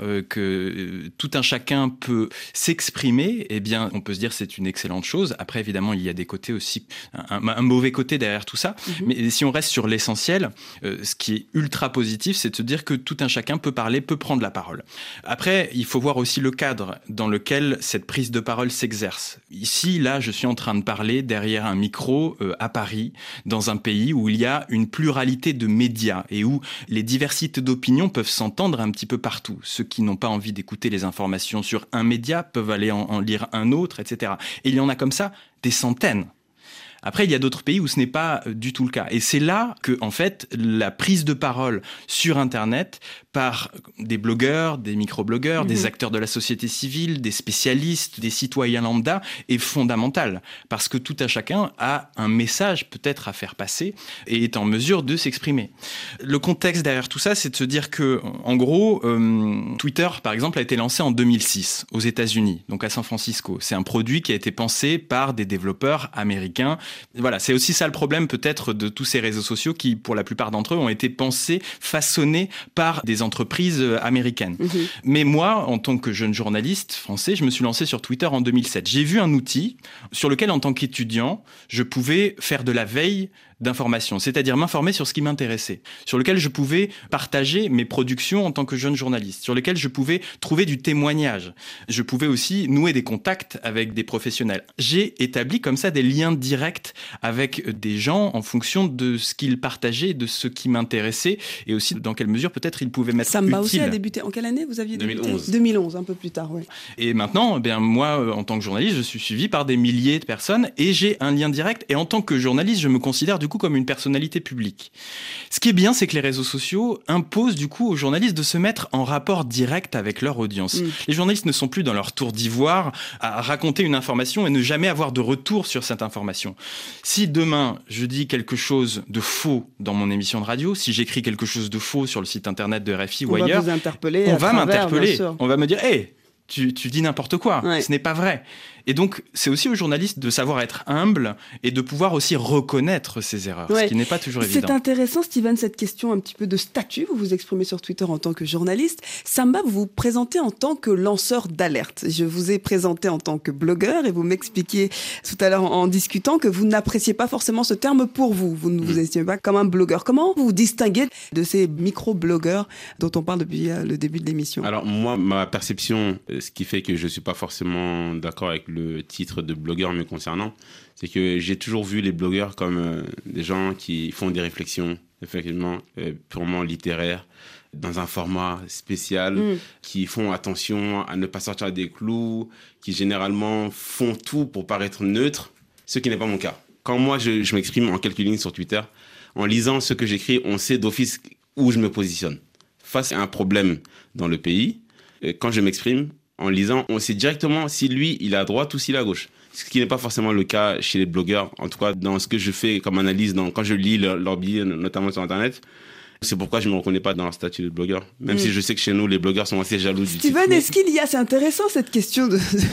Speaker 12: que tout un chacun peut s'exprimer, on peut se dire que c'est une excellente chose. Après, évidemment, il y a des côtés aussi, un mauvais côté derrière tout ça. Mais si on reste sur l'essentiel, ce qui est ultra positif, c'est de se dire que tout un chacun peut parler, peut prendre la parole. Après, il faut voir aussi le cadre dans lequel cette prise de parole s'exerce. Ici, là, je suis en train de parler derrière un micro à Paris, dans un pays où il y a une pluralité de médias et où les diversités d'opinions peuvent s'entendre un petit peu partout. Ceux qui n'ont pas envie d'écouter les informations sur un média peuvent aller en lire un autre, etc. Et il y en a comme ça des centaines. Après, il y a d'autres pays où ce n'est pas du tout le cas. Et c'est là que, en fait, la prise de parole sur Internet par des blogueurs, des microblogueurs, des acteurs de la société civile, des spécialistes, des citoyens lambda est fondamentale. Parce que tout un chacun a un message peut-être à faire passer et est en mesure de s'exprimer. Le contexte derrière tout ça, c'est de se dire que, en gros, Twitter, par exemple, a été lancé en 2006 aux États-Unis, donc à San Francisco. C'est un produit qui a été pensé par des développeurs américains Voilà, c'est aussi ça le problème peut-être de tous ces réseaux sociaux qui, pour la plupart d'entre eux, ont été pensés, façonnés par des entreprises américaines. Mais moi, en tant que jeune journaliste français, je me suis lancé sur Twitter en 2007. J'ai vu un outil sur lequel, en tant qu'étudiant, je pouvais faire de la veille d'information, c'est-à-dire m'informer sur ce qui m'intéressait, sur lequel je pouvais partager mes productions en tant que jeune journaliste, sur lequel je pouvais trouver du témoignage. Je pouvais aussi nouer des contacts avec des professionnels. J'ai établi comme ça des liens directs avec des gens en fonction de ce qu'ils partageaient, de ce qui m'intéressait et aussi dans quelle mesure peut-être ils pouvaient m'être utiles.
Speaker 3: Samba aussi a débuté. En quelle année vous aviez débuté ?
Speaker 11: 2011.
Speaker 3: 2011, un peu plus tard, oui.
Speaker 12: Et maintenant, moi, en tant que journaliste, je suis suivi par des milliers de personnes et j'ai un lien direct. Et en tant que journaliste, je me considère du coup comme une personnalité publique. Ce qui est bien, c'est que les réseaux sociaux imposent du coup aux journalistes de se mettre en rapport direct avec leur audience. Les journalistes ne sont plus dans leur tour d'ivoire à raconter une information et ne jamais avoir de retour sur cette information. Si demain, je dis quelque chose de faux dans mon émission de radio, si j'écris quelque chose de faux sur le site internet de RFI ou ailleurs, on va m'interpeller. On va me dire « Hey, tu dis n'importe quoi, ce n'est pas vrai ». Et donc, c'est aussi aux journalistes de savoir être humble et de pouvoir aussi reconnaître ses erreurs, ce qui n'est pas toujours évident.
Speaker 3: C'est intéressant, Steven, cette question un petit peu de statut. Vous vous exprimez sur Twitter en tant que journaliste. Samba, vous vous présentez en tant que lanceur d'alerte. Je vous ai présenté en tant que blogueur et vous m'expliquiez tout à l'heure en discutant que vous n'appréciez pas forcément ce terme pour vous. Vous ne vous estimez pas comme un blogueur. Comment vous vous distinguez de ces micro-blogueurs dont on parle depuis le début de l'émission ?
Speaker 11: Alors moi, ma perception, ce qui fait que je ne suis pas forcément d'accord avec le titre de blogueur me concernant, c'est que j'ai toujours vu les blogueurs comme des gens qui font des réflexions, effectivement, purement littéraires, dans un format spécial, qui font attention à ne pas sortir des clous, qui généralement font tout pour paraître neutre, ce qui n'est pas mon cas. Quand moi, je m'exprime en quelques lignes sur Twitter, en lisant ce que j'écris, on sait d'office où je me positionne. Face à un problème dans le pays, quand je m'exprime, en lisant, on sait directement si lui, il est à droite ou s'il est à gauche. Ce qui n'est pas forcément le cas chez les blogueurs, en tout cas dans ce que je fais comme analyse, quand je lis leurs billets, notamment sur Internet. C'est pourquoi je ne me reconnais pas dans leur statut de blogueur. Même si je sais que chez nous, les blogueurs sont assez jaloux du titre.
Speaker 3: Steven, est-ce qu'il y a, c'est intéressant cette question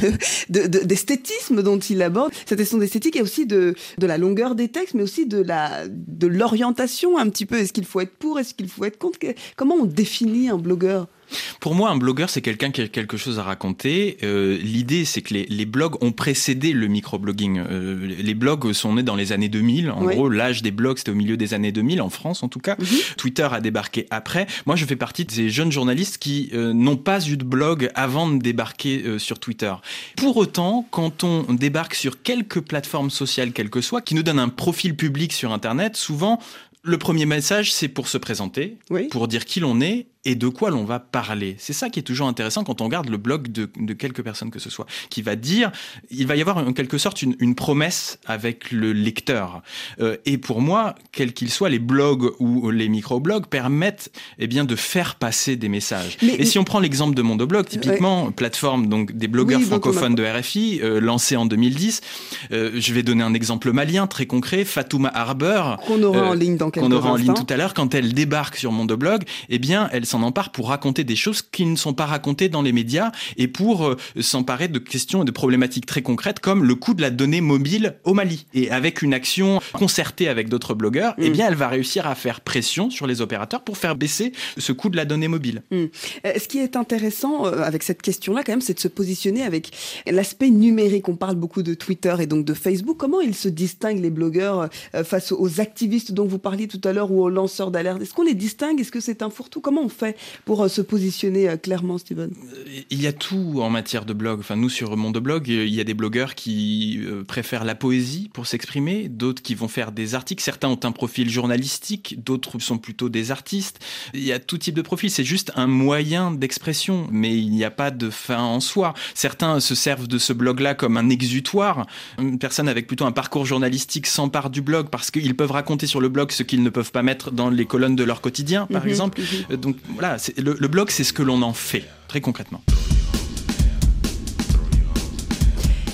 Speaker 3: d'esthétisme dont il aborde, cette question d'esthétique et aussi de la longueur des textes, mais aussi de l'orientation un petit peu. Est-ce qu'il faut être pour, est-ce qu'il faut être contre ? Comment on définit un blogueur ?
Speaker 12: Pour moi, un blogueur, c'est quelqu'un qui a quelque chose à raconter. L'idée, c'est que les blogs ont précédé le microblogging. Les blogs sont nés dans les années 2000. En gros, l'âge des blogs, c'était au milieu des années 2000, en France en tout cas. Twitter a débarqué après. Moi, je fais partie de ces jeunes journalistes qui n'ont pas eu de blog avant de débarquer sur Twitter. Pour autant, quand on débarque sur quelques plateformes sociales, quelles que soient, qui nous donnent un profil public sur Internet, souvent, le premier message, c'est pour se présenter, pour dire qui l'on est et de quoi l'on va parler. C'est ça qui est toujours intéressant quand on regarde le blog de quelques personnes que ce soit, qui va dire, il va y avoir en quelque sorte une promesse avec le lecteur. Et pour moi, quels qu'ils soient, les blogs ou les microblogs permettent de faire passer des messages. Et si on prend l'exemple de Mondoblog, typiquement, plateforme donc des blogueurs francophones de RFI, lancée en 2010, je vais donner un exemple malien très concret, Fatouma Harber,
Speaker 3: qu'on aura en ligne dans quelques instants.
Speaker 12: Qu'on aura en ligne tout à l'heure, quand elle débarque sur Mondoblog, elle s'en empare pour raconter des choses qui ne sont pas racontées dans les médias et pour s'emparer de questions et de problématiques très concrètes comme le coût de la donnée mobile au Mali. Et avec une action concertée avec d'autres blogueurs, elle va réussir à faire pression sur les opérateurs pour faire baisser ce coût de la donnée mobile.
Speaker 3: Ce qui est intéressant avec cette question-là, quand même, c'est de se positionner avec l'aspect numérique. On parle beaucoup de Twitter et donc de Facebook. Comment ils se distinguent, les blogueurs, face aux activistes dont vous parliez tout à l'heure ou aux lanceurs d'alerte ? Est-ce qu'on les distingue ? Est-ce que c'est un fourre-tout ? Comment on fait pour se positionner clairement, Steven ?
Speaker 12: Il y a tout en matière de blog. Enfin, nous, sur Mondoblog, il y a des blogueurs qui préfèrent la poésie pour s'exprimer, d'autres qui vont faire des articles. Certains ont un profil journalistique, d'autres sont plutôt des artistes. Il y a tout type de profil. C'est juste un moyen d'expression, mais il n'y a pas de fin en soi. Certains se servent de ce blog-là comme un exutoire. Une personne avec plutôt un parcours journalistique s'empare du blog parce qu'ils peuvent raconter sur le blog ce qu'ils ne peuvent pas mettre dans les colonnes de leur quotidien, par exemple. Donc voilà, le blog, c'est ce que l'on en fait, très concrètement.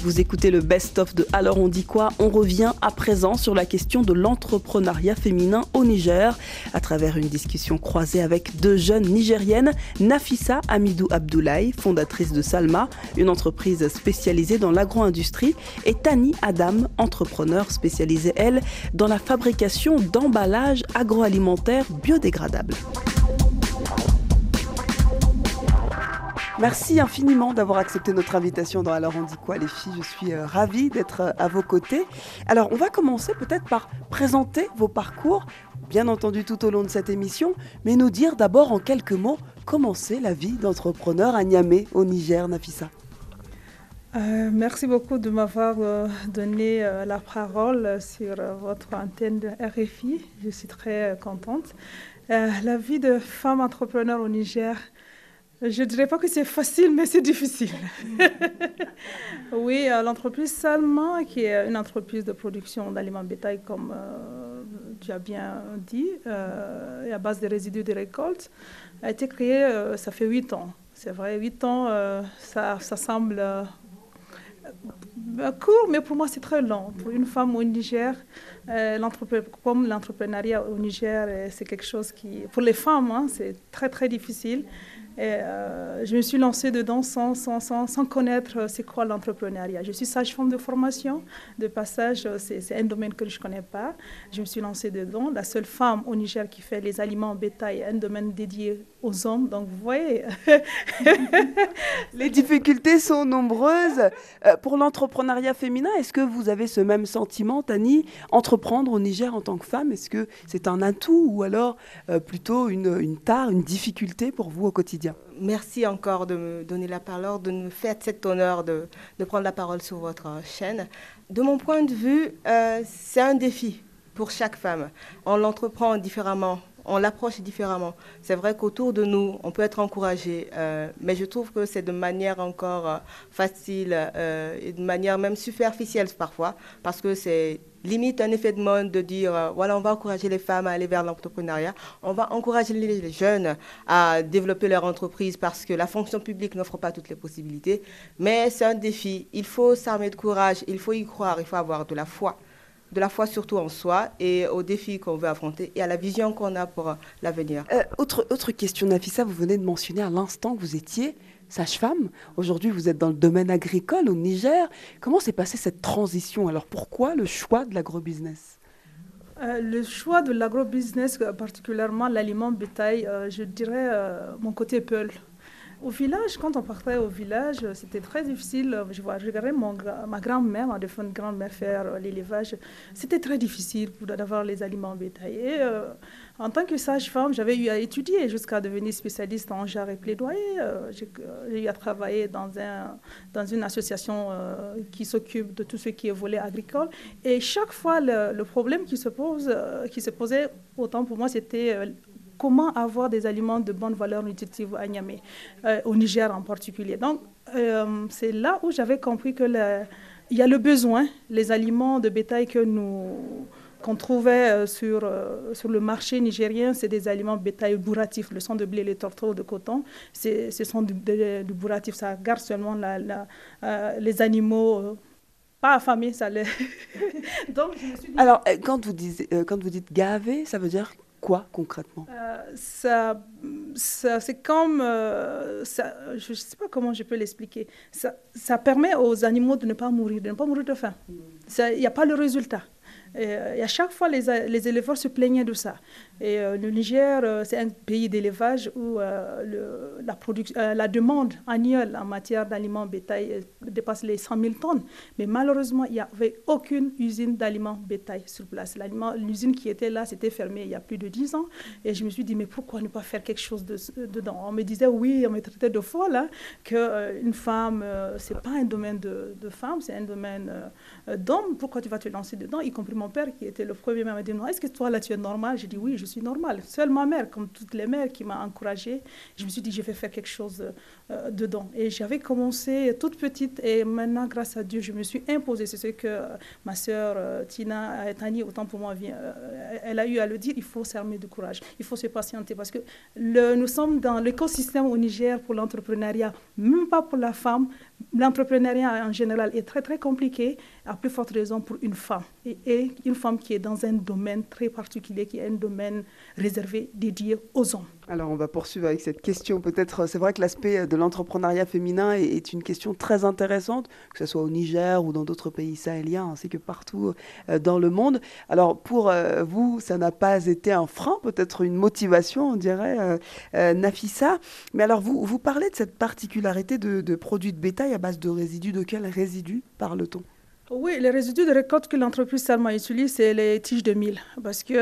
Speaker 3: Vous écoutez le best-of de Alors on dit quoi ? On revient à présent sur la question de l'entrepreneuriat féminin au Niger à travers une discussion croisée avec deux jeunes Nigériennes, Nafissa Amidou Abdoulaye, fondatrice de Salma, une entreprise spécialisée dans l'agro-industrie, et Tani Adam, entrepreneur spécialisée, elle, dans la fabrication d'emballages agroalimentaires biodégradables. Merci infiniment d'avoir accepté notre invitation dans Alors on dit quoi, les filles. Je suis ravie d'être à vos côtés. Alors on va commencer peut-être par présenter vos parcours, bien entendu tout au long de cette émission, mais nous dire d'abord en quelques mots comment c'est la vie d'entrepreneur à Niamey, au Niger, Nafissa.
Speaker 13: Merci beaucoup de m'avoir donné la parole sur votre antenne de RFI. Je suis très contente. La vie de femme entrepreneur au Niger, je ne dirais pas que c'est facile, mais c'est difficile. Oui, l'entreprise Salma, qui est une entreprise de production d'aliments bétail, comme tu as bien dit, et à base des résidus de récolte, a été créée, ça fait 8 ans. C'est vrai, 8 ans, ça semble court, mais pour moi, c'est très long. Pour une femme au Niger, comme l'entrepreneuriat au Niger, c'est quelque chose qui, pour les femmes, c'est très, très difficile. Et je me suis lancée dedans sans connaître c'est quoi l'entrepreneuriat. Je suis sage-femme de formation, de passage, c'est un domaine que je ne connais pas. Je me suis lancée dedans. La seule femme au Niger qui fait les aliments bétail, un domaine dédié aux hommes. Donc vous voyez.
Speaker 3: Les difficultés sont nombreuses. Pour l'entrepreneuriat féminin, est-ce que vous avez ce même sentiment, Tani? Entreprendre au Niger en tant que femme, est-ce que c'est un atout ou alors plutôt une tare, une difficulté pour vous au quotidien?
Speaker 14: Merci encore de me donner la parole, de me faire cet honneur de prendre la parole sur votre chaîne. De mon point de vue, c'est un défi pour chaque femme. On l'entreprend différemment, on l'approche différemment. C'est vrai qu'autour de nous, on peut être encouragé, mais je trouve que c'est de manière encore facile et de manière même superficielle parfois, parce que c'est limite un effet de mode de dire voilà, on va encourager les femmes à aller vers l'entrepreneuriat, on va encourager les jeunes à développer leur entreprise parce que la fonction publique n'offre pas toutes les possibilités. Mais c'est un défi, il faut s'armer de courage, il faut y croire, il faut avoir de la foi surtout en soi et aux défis qu'on veut affronter et à la vision qu'on a pour l'avenir.
Speaker 3: Autre question, Nafissa, vous venez de mentionner à l'instant que vous étiez sage-femme. Aujourd'hui, vous êtes dans le domaine agricole au Niger. Comment s'est passée cette transition? Alors, pourquoi le choix de l'agrobusiness?
Speaker 13: Le choix de l'agrobusiness, particulièrement l'aliment bétail, je dirais mon côté Peul. Au village, quand on partait au village, c'était très difficile. Je regardais ma grand-mère, ma défunte grand-mère faire l'élevage. C'était très difficile d'avoir les aliments bétail. Et en tant que sage-femme, j'avais eu à étudier jusqu'à devenir spécialiste en jarre et plaidoyer. J'ai eu à travailler dans une association qui s'occupe de tout ce qui est volet agricole. Et chaque fois, le problème qui se posait, autant pour moi, c'était comment avoir des aliments de bonne valeur nutritive à Niamey, au Niger en particulier. Donc, c'est là où j'avais compris qu'il y a le besoin, les aliments de bétail qu'on trouvait sur le marché nigérien, c'est des aliments bétail bourratifs, le sang de blé, les tourteaux de coton, ce sont du bourratif, ça garde seulement les animaux pas affamés. Donc, je me suis dit... Alors,
Speaker 3: quand vous dites gaver, ça veut dire quoi concrètement?
Speaker 13: C'est comme, je ne sais pas comment je peux l'expliquer. Ça permet aux animaux de ne pas mourir de faim. Il n'y a pas le résultat. Et à chaque fois, les éleveurs se plaignaient de ça. Et le Niger, c'est un pays d'élevage où la demande annuelle en matière d'aliments bétail dépasse les 100 000 tonnes. Mais malheureusement, il n'y avait aucune usine d'aliments bétail sur place. L'usine qui était là, c'était fermée il y a plus de 10 ans. Et je me suis dit, mais pourquoi ne pas faire quelque chose dedans? On me disait, oui, on me traitait de folle, qu'une femme, ce n'est pas un domaine de femme, c'est un domaine d'homme. Pourquoi tu vas te lancer dedans? Y compris mon père, qui était le premier m'a dit, non, est-ce que toi, là, tu es normal? J'ai dit, oui, je suis normale. Seule ma mère, comme toutes les mères, qui m'a encouragée. Je me suis dit, je vais faire quelque chose dedans. Et j'avais commencé toute petite et maintenant, grâce à Dieu, je me suis imposée. C'est ce que ma sœur Tina Tani, autant pour moi, elle a eu à le dire, il faut s'armer de courage, il faut se patienter parce que nous sommes dans l'écosystème au Niger pour l'entrepreneuriat, même pas pour la femme, L'entrepreneuriat en général est très très compliqué, à plus forte raison pour une femme. Et une femme qui est dans un domaine très particulier, qui est un domaine réservé, dédié aux hommes.
Speaker 15: Alors on va poursuivre avec cette question. Peut-être, c'est vrai que l'aspect de l'entrepreneuriat féminin est une question très intéressante, que ce soit au Niger ou dans d'autres pays sahéliens, ainsi que partout dans le monde. Alors pour vous, ça n'a pas été un frein, peut-être une motivation, on dirait, Nafissa. Mais alors vous parlez de cette particularité de produits de bétail à base de résidus. De quels résidus parle-t-on ?
Speaker 13: Oui, les résidus de récolte que l'entreprise Salma utilise, c'est les tiges de mil. Parce que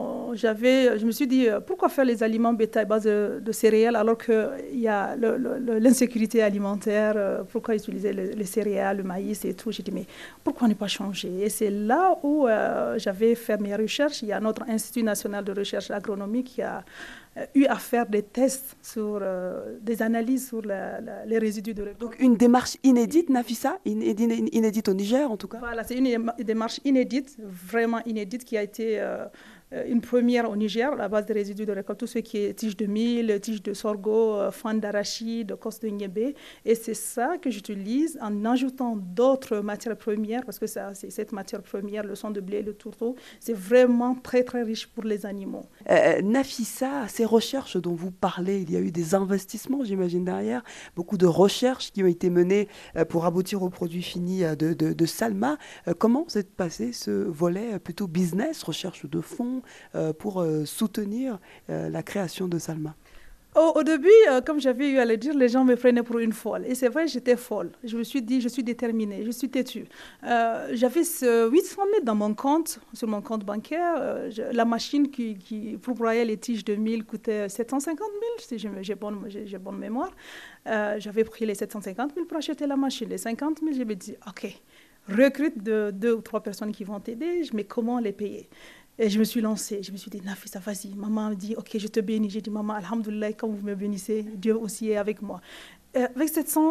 Speaker 13: je me suis dit, pourquoi faire les aliments bétail à base de céréales alors qu'il y a l'insécurité alimentaire, pourquoi utiliser les céréales, le maïs et tout. J'ai dit, mais pourquoi ne pas changer? Et c'est là où j'avais fait mes recherches. Il y a notre Institut national de recherche agronomique qui a eu à faire des tests sur des analyses sur les résidus de récolte.
Speaker 15: Donc une démarche inédite, Nafissa, inédite au Niger en tout cas.
Speaker 13: Voilà, c'est une démarche inédite, vraiment inédite, qui a été une première au Niger, à la base des résidus de récolte, tout ce qui est tiges de mil, tiges de sorgho, fans d'arachide, cosses de niébé. Et c'est ça que j'utilise en ajoutant d'autres matières premières, parce que c'est cette matière première, le son de blé, le tourteau, c'est vraiment très très riche pour les animaux.
Speaker 15: Nafissa, ces recherches dont vous parlez, il y a eu des investissements, j'imagine, derrière, beaucoup de recherches qui ont été menées pour aboutir au produit fini de Salma. Comment s'est passé ce volet plutôt business, recherche de fonds, pour soutenir la création de Salma?
Speaker 13: Au début, comme j'avais eu à le dire, les gens me prenaient pour une folle. Et c'est vrai, j'étais folle. Je me suis dit, je suis déterminée, je suis têtue. J'avais 800 000 dans mon compte, sur mon compte bancaire. La machine pour broyer les tiges de mil coûtait 750 000, si j'ai bonne mémoire. J'avais pris les 750 000 pour acheter la machine. Les 50 000, je me dis, OK, recrute 2 ou 3 personnes qui vont t'aider, mais comment les payer? Et je me suis lancée, je me suis dit, Nafissa, vas-y. Maman me dit, OK, je te bénis. J'ai dit, maman, alhamdoulilah, quand vous me bénissez, Dieu aussi est avec moi. Avec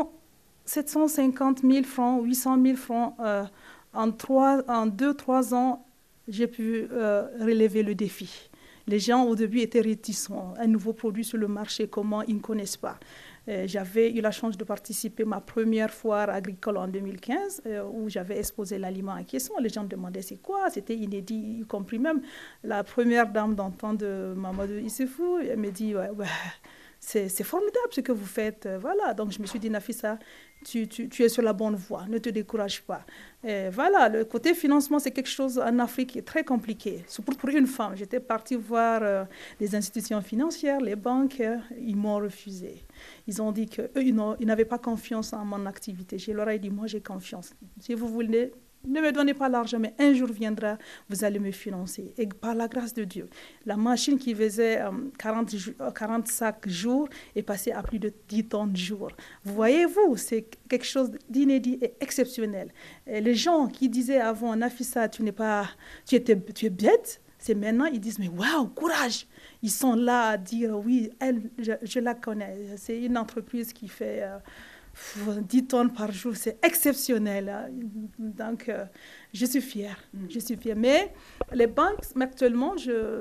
Speaker 13: 750 000 francs, 800 000 francs, en 2-3 ans, j'ai pu relever le défi. Les gens, au début, étaient réticents. Un nouveau produit sur le marché, comment ils ne connaissent pas. J'avais eu la chance de participer à ma première foire agricole en 2015 où j'avais exposé l'aliment en question. Les gens me demandaient c'est quoi, c'était inédit, y compris même la première dame d'antan de Mamadou Issefou. Elle me dit ouais, c'est formidable ce que vous faites. Voilà, donc je me suis dit Nafissa, tu es sur la bonne voie, ne te décourage pas. Et voilà, le côté financement, c'est quelque chose en Afrique qui est très compliqué. Surtout pour une femme. J'étais partie voir les institutions financières, les banques, ils m'ont refusé. Ils ont dit qu'eux, ils n'avaient pas confiance en mon activité. Je leur ai dit, moi j'ai confiance. Si vous voulez, ne me donnez pas l'argent, mais un jour viendra, vous allez me financer. Et par la grâce de Dieu, la machine qui faisait 40 sacs jour est passée à plus de 10 tonnes jour. Vous voyez-vous, c'est quelque chose d'inédit et exceptionnel. Et les gens qui disaient avant, Nafissa, tu es bête, c'est maintenant, ils disent, mais waouh, courage. Ils sont là à dire, oui, je la connais. C'est une entreprise qui fait 10 tonnes par jour, c'est exceptionnel. Donc, je suis fière. Mais les banques, actuellement,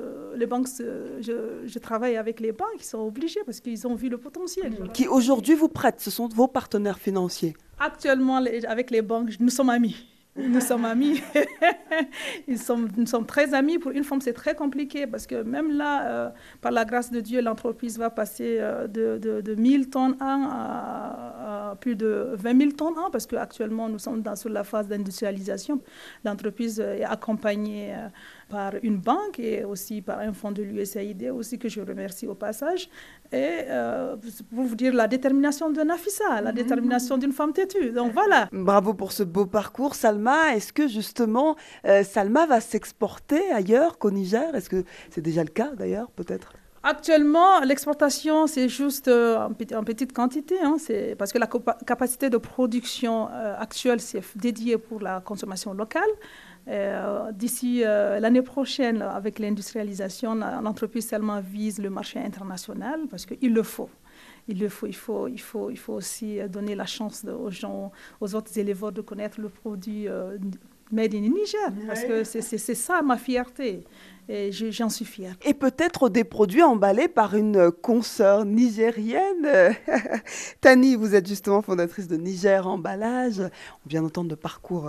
Speaker 13: je travaille avec les banques, ils sont obligés parce qu'ils ont vu le potentiel.
Speaker 15: Qui aujourd'hui vous prêtent, ce sont vos partenaires financiers?
Speaker 13: Actuellement, avec les banques, nous sommes amis. Nous sommes amis. Nous sommes très amis. Pour une femme, c'est très compliqué parce que même là, par la grâce de Dieu, l'entreprise va passer de 1000 tonnes à plus de 20 000 tonnes parce qu'actuellement, nous sommes sur la phase d'industrialisation. L'entreprise est accompagnée par une banque et aussi par un fonds de l'USAID aussi que je remercie au passage. Et pour vous dire la détermination de Nafissa, la détermination d'une femme têtue. Donc voilà.
Speaker 15: Bravo pour ce beau parcours, Salma. Est-ce que justement Salma va s'exporter ailleurs qu'au Niger? Est-ce que c'est déjà le cas d'ailleurs peut-être?
Speaker 13: Actuellement, l'exportation, c'est juste en petite quantité. C'est parce que la capacité de production actuelle, c'est dédiée pour la consommation locale. D'ici l'année prochaine, avec l'industrialisation, l'entreprise seulement vise le marché international parce qu'il le faut. Il faut aussi donner la chance aux gens, aux autres éleveurs de connaître le produit made in Niger, parce que c'est ça ma fierté. Et j'en suis fière.
Speaker 15: Et peut-être des produits emballés par une consoeur nigérienne. Tani, vous êtes justement fondatrice de Niger Emballage. On vient d'entendre le parcours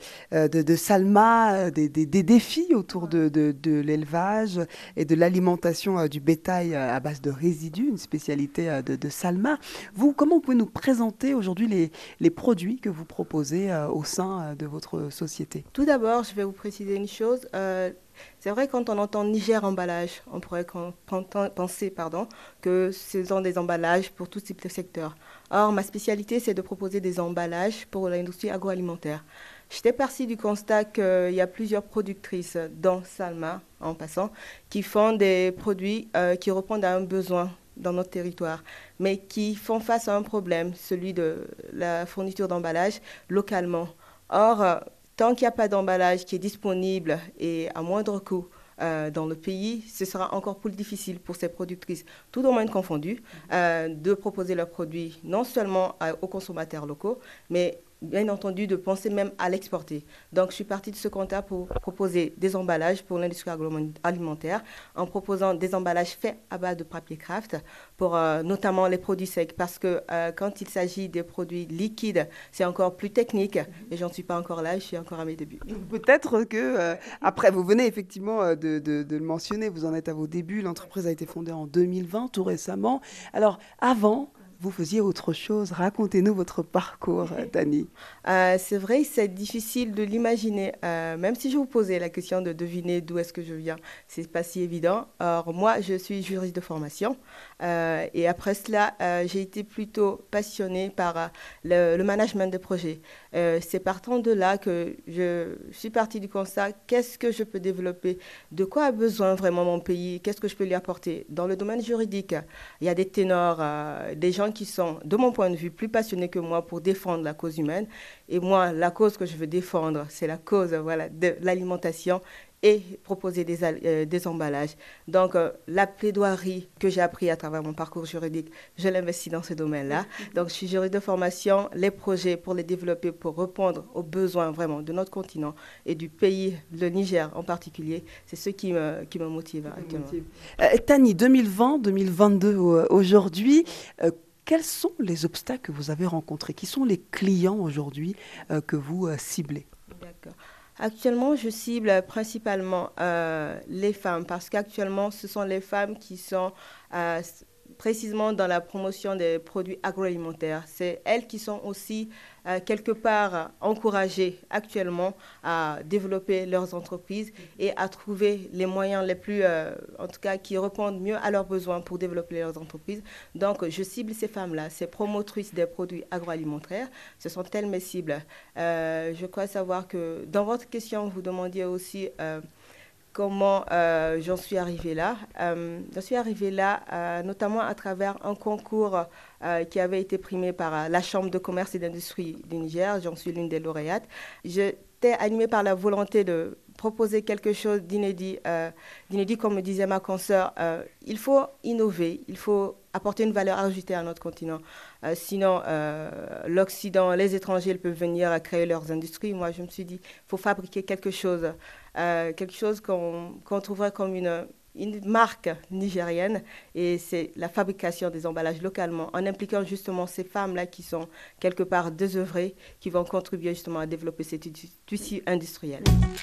Speaker 15: de Salma, des défis autour de l'élevage et de l'alimentation du bétail à base de résidus, une spécialité de Salma. Vous, comment vous pouvez nous présenter aujourd'hui les produits que vous proposez au sein de votre société?
Speaker 14: Tout d'abord, je vais vous préciser une chose. C'est vrai, quand on entend Niger Emballage, on pourrait penser que ce sont des emballages pour tout type de secteur. Or, ma spécialité, c'est de proposer des emballages pour l'industrie agroalimentaire. J'étais partie du constat qu'il y a plusieurs productrices, dont Salma, en passant, qui font des produits qui répondent à un besoin dans notre territoire, mais qui font face à un problème, celui de la fourniture d'emballage localement. Or, tant qu'il n'y a pas d'emballage qui est disponible et à moindre coût dans le pays, ce sera encore plus difficile pour ces productrices, tout domaine confondu, de proposer leurs produits non seulement aux consommateurs locaux, mais bien entendu de penser même à l'exporter. Donc je suis partie de ce constat pour proposer des emballages pour l'industrie agroalimentaire, en proposant des emballages faits à base de papier craft pour notamment les produits secs, parce que quand il s'agit des produits liquides, c'est encore plus technique et j'en suis pas encore là, je suis encore à mes débuts.
Speaker 15: Peut-être que, après, vous venez effectivement de le mentionner, vous en êtes à vos débuts, l'entreprise a été fondée en 2020, tout récemment. Alors, avant, vous faisiez autre chose. Racontez-nous votre parcours, Tani.
Speaker 14: C'est vrai, c'est difficile de l'imaginer. Même si je vous posais la question de deviner d'où est-ce que je viens, c'est pas si évident. Alors, moi, je suis juriste de formation. Et après cela, j'ai été plutôt passionnée par le management de projets. C'est partant de là que je suis partie du constat, qu'est-ce que je peux développer? De quoi a besoin vraiment mon pays? Qu'est-ce que je peux lui apporter? Dans le domaine juridique, il y a des ténors, des gens qui sont, de mon point de vue, plus passionnés que moi pour défendre la cause humaine. Et moi, la cause que je veux défendre, c'est la cause de l'alimentation et proposer des emballages. Donc, la plaidoirie que j'ai appris à travers mon parcours juridique, je l'investis dans ce domaine-là. Donc, je suis juriste de formation. Les projets pour les développer, pour répondre aux besoins vraiment de notre continent et du pays, le Niger en particulier, c'est ce qui me motive actuellement.
Speaker 15: Tani, 2020, 2022 aujourd'hui, quels sont les obstacles que vous avez rencontrés? Qui sont les clients aujourd'hui que vous ciblez?
Speaker 14: D'accord. Actuellement, je cible principalement les femmes parce qu'actuellement, ce sont les femmes qui sont précisément dans la promotion des produits agroalimentaires. C'est elles qui sont aussi quelque part encouragées actuellement à développer leurs entreprises et à trouver les moyens les plus, en tout cas, qui répondent mieux à leurs besoins pour développer leurs entreprises. Donc, je cible ces femmes-là, ces promotrices des produits agroalimentaires. Ce sont elles mes cibles. Je crois savoir que dans votre question, vous demandiez aussi comment j'en suis arrivée là. J'en suis arrivée là notamment à travers un concours qui avait été primé par la Chambre de commerce et d'industrie du Niger. J'en suis l'une des lauréates. J'étais animée par la volonté de proposer quelque chose d'inédit, comme me disait ma consoeur. Il faut innover, il faut apporter une valeur ajoutée à notre continent. Sinon, l'Occident, les étrangers, ils peuvent venir créer leurs industries. Moi, je me suis dit, il faut fabriquer quelque chose qu'on trouverait comme une marque nigérienne, et c'est la fabrication des emballages localement, en impliquant justement ces femmes-là qui sont quelque part désœuvrées, qui vont contribuer justement à développer ce tissu industriel.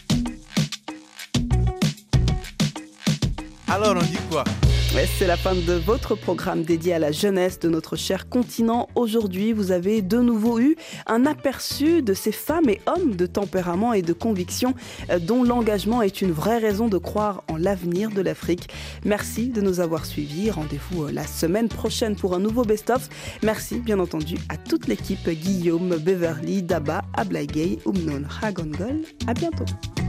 Speaker 2: Alors, on dit quoi?
Speaker 3: C'est la fin de votre programme dédié à la jeunesse de notre cher continent. Aujourd'hui, vous avez de nouveau eu un aperçu de ces femmes et hommes de tempérament et de conviction dont l'engagement est une vraie raison de croire en l'avenir de l'Afrique. Merci de nous avoir suivis. Rendez-vous la semaine prochaine pour un nouveau best-of. Merci bien entendu à toute l'équipe, Guillaume, Beverly, Daba, Ablaïgay, Oumnon, Hagongol. À bientôt.